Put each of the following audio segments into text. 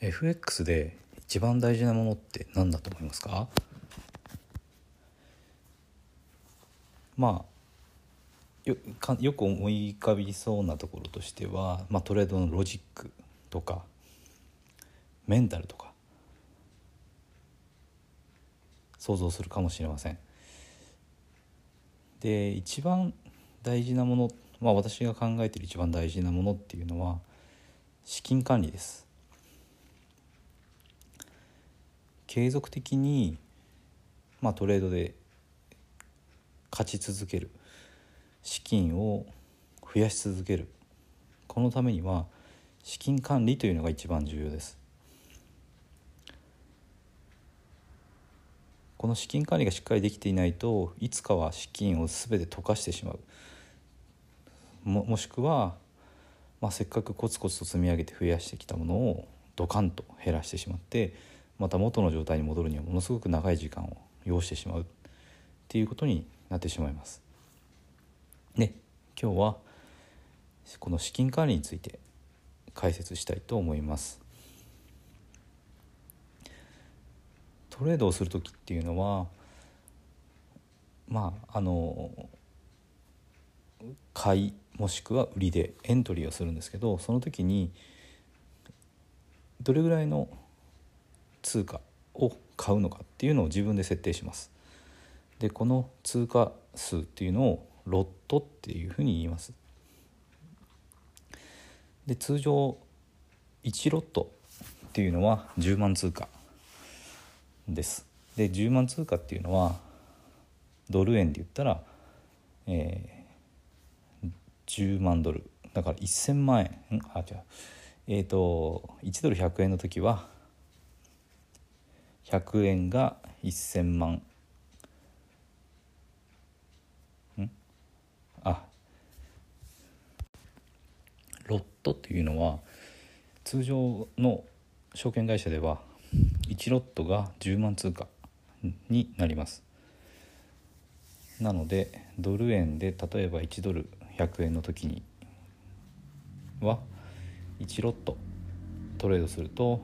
FX で一番大事なものって何だと思いますか？よく思い浮かびそうなところとしては、トレードのロジックとかメンタルとか想像するかもしれません。で、一番大事なもの、私が考えている一番大事なものっていうのは資金管理です。継続的に、トレードで勝ち続ける、資金を増やし続ける、このためには資金管理というのが一番重要です。この資金管理がしっかりできていないといつかは資金を全て溶かしてしまう、もしくは、せっかくコツコツと積み上げて増やしてきたものをドカンと減らしてしまって、また元の状態に戻るにはものすごく長い時間を要してしまうっていうことになってしまいます。で、今日はこの資金管理について解説したいと思います。トレードをするときっていうのは、買いもしくは売りでエントリーをするんですけど、その時にどれぐらいの通貨を買うのかっていうのを自分で設定します。で、この通貨数っていうのをロットっていうふうに言います。で、通常1ロットっていうのは10万通貨です。で、10万通貨っていうのはドル円で言ったら、10万ドルだから1000万円1ドル100円の時は100円が1000万ロットっていうのは通常の証券会社では1ロットが10万通貨になります。なのでドル円で例えば1ドル100円の時には1ロットトレードすると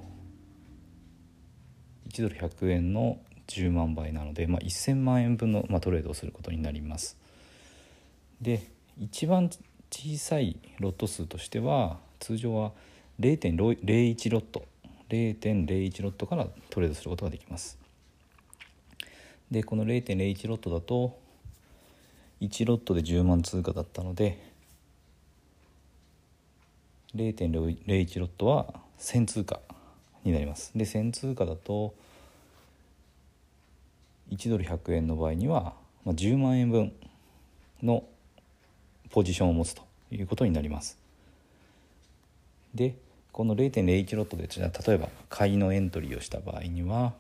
1ドル100円の10万倍なので、1000万円分の、トレードをすることになります。で、一番小さいロット数としては通常は 0.01 ロット0.01ロットからトレードすることができます。で、この 0.01 ロットだと1ロットで10万通貨だったので 0.01 ロットは1000通貨になります。で、1000通貨だと1ドル100円の場合には10万円分のポジションを持つということになります。で、この 0.01 ロットで例えば買いのエントリーをした場合には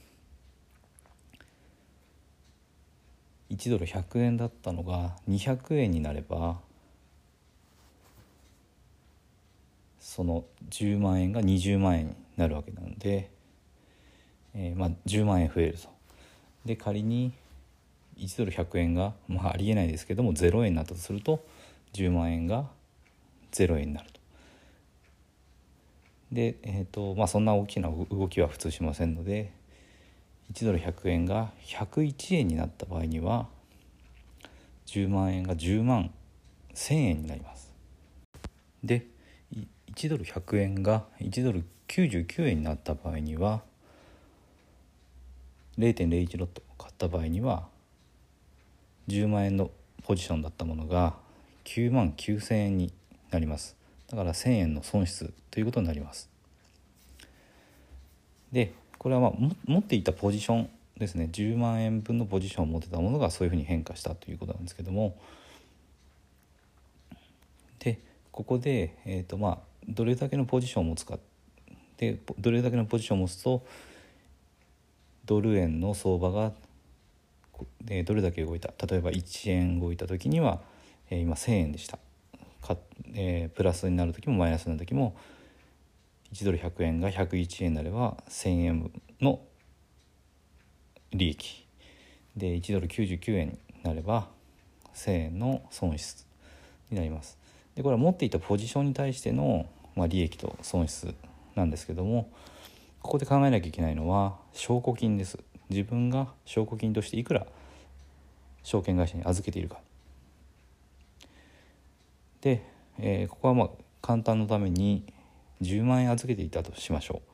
1ドル100円だったのが200円になればその10万円が20万円になるわけなので、10万円増えると。で、仮に1ドル100円が、ありえないですけども0円になったとすると10万円が0円になると。で、そんな大きな動きは普通しませんので1ドル100円が101円になった場合には10万円が10万1000円になります。で、1ドル100円が1ドル99円になった場合には 0.01 ロット買った場合には10万円のポジションだったものが9万9000円になります。だから1000円の損失ということになります。で、これは持っていたポジションですね。10万円分のポジションを持ってたものがそういうふうに変化したということなんですけども、でここで、どれだけのポジションを持つかで、どれだけのポジションを持つとドル円の相場がどれだけ動いた、例えば1円動いた時には、今1000円でした。プラスになる時もマイナスになる時も1ドル100円が101円になれば1000円の利益で1ドル99円になれば1000円の損失になります。で、これは持っていたポジションに対しての、利益と損失なんですけども、ここで考えなきゃいけないのは証拠金です。自分が証拠金としていくら証券会社に預けているかで、ここは簡単のために10万円預けていたとしましょ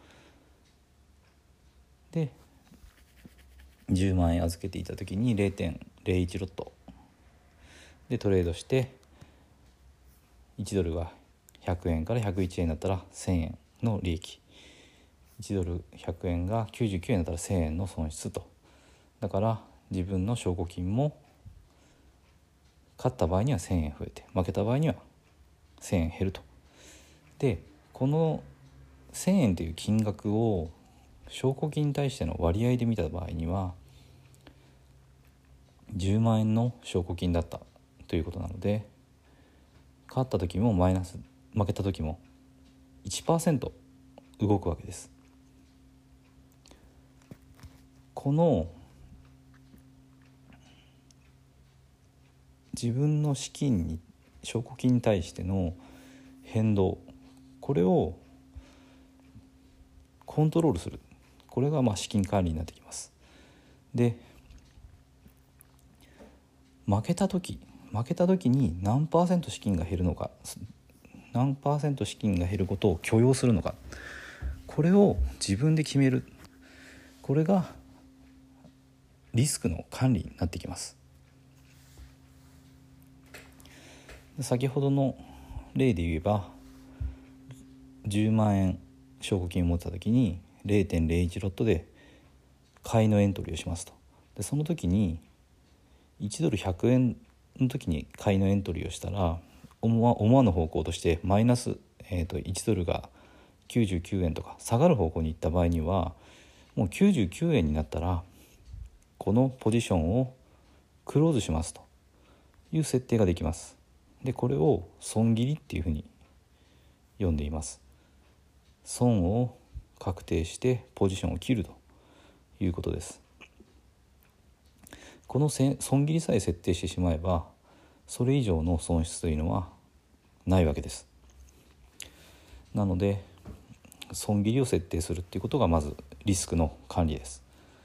う。で10万円預けていた時に 0.01 ロットでトレードして1ドルが100円から101円だったら1000円の利益、1ドル100円が99円だったら1000円の損失と。だから自分の証拠金も勝った場合には1000円増えて、負けた場合には1000円減ると。でこの1000円という金額を証拠金に対しての割合で見た場合には10万円の証拠金だったということなので、勝った時もマイナス、負けた時も 1% 動くわけです。この自分の資金に証拠金に対しての変動、これをコントロールする、これが資金管理になってきます。で負けた時に何%資金が減るのか、何%資金が減ることを許容するのか、これを自分で決める、これがリスクの管理になってきます。先ほどの例で言えば10万円証拠金を持った時に 0.01 ロットで買いのエントリーをしますと。でその時に1ドル100円の時に買いのエントリーをしたら思わぬ方向としてマイナス、1ドルが99円とか下がる方向に行った場合にはもう99円になったらこのポジションをクローズしますという設定ができます。でこれを損切りっていうふうに呼んでいます。損を確定してポジションを切るということです。この損切りさえ設定してしまえばそれ以上の損失というのはないわけです。なので損切りを設定するっていうことがまずリスクの管理です。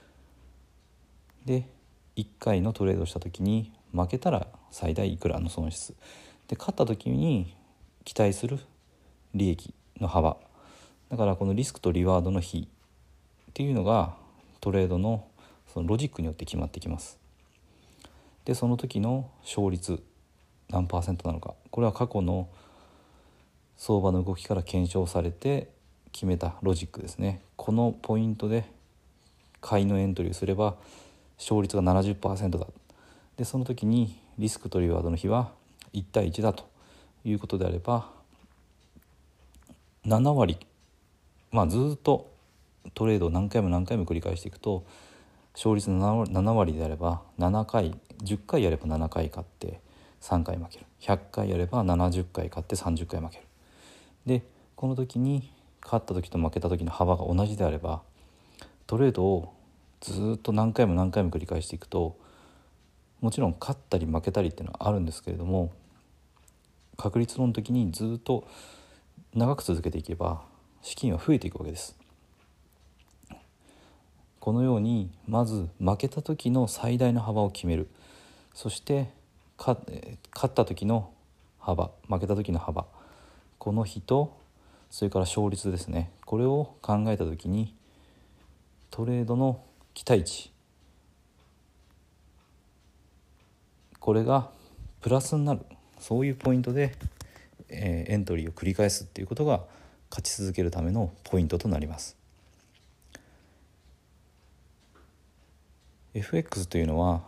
で1回のトレードした時に負けたら最大いくらの損失で、勝った時に期待する利益の幅だから、このリスクとリワードの比っていうのがトレードのそのロジックによって決まってきます。でその時の勝率何%なのか、これは過去の相場の動きから検証されて決めたロジックですね。このポイントで買いのエントリーをすれば勝率が 70% だ。でその時にリスクとリワードの比は1対1だということであれば7割、ずっとトレードを何回も繰り返していくと勝率7割であれば7回10回やれば7回勝って3回負ける、100回やれば70回勝って30回負ける。でこの時に勝った時と負けた時の幅が同じであればトレードをずっと何回も繰り返していくと、もちろん勝ったり負けたりっていうのはあるんですけれども、確率論的にずっと長く続けていけば資金は増えていくわけです。このようにまず負けた時の最大の幅を決める、そして勝った時の幅、負けた時の幅、この比とそれから勝率ですね、これを考えた時にトレードの期待値、これがプラスになる、そういうポイントで、エントリーを繰り返すっていうことが勝ち続けるためのポイントとなります。 FX というのは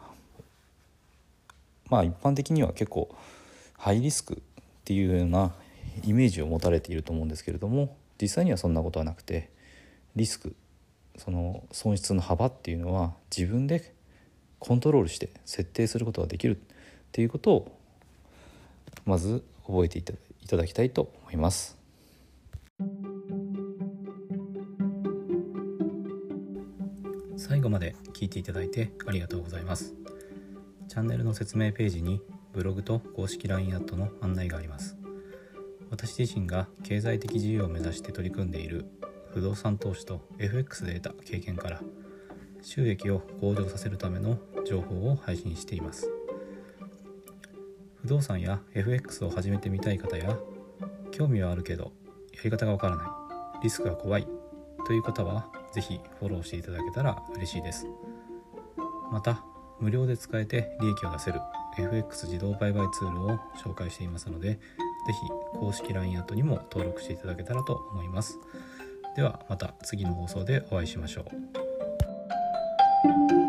一般的には結構ハイリスクっていうようなイメージを持たれていると思うんですけれども、実際にはそんなことはなくて、リスク、その損失の幅っていうのは自分でコントロールして設定することができるっていうことをまず覚えていただきたいと思います。最後まで聞いていただいてありがとうございます。チャンネルの説明ページにブログと公式 LINE アットの案内があります。 私自身が経済的自由を目指して取り組んでいる不動産投資と FX で得た経験から収益を向上させるための情報を配信しています。不動産や FX を始めてみたい方や、興味はあるけどやり方がわからない、リスクが怖いという方はぜひフォローしていただけたら嬉しいです。また無料で使えて利益を出せる FX 自動売買ツールを紹介していますので、ぜひ公式 LINE アットにも登録していただけたらと思います。ではまた次の放送でお会いしましょう。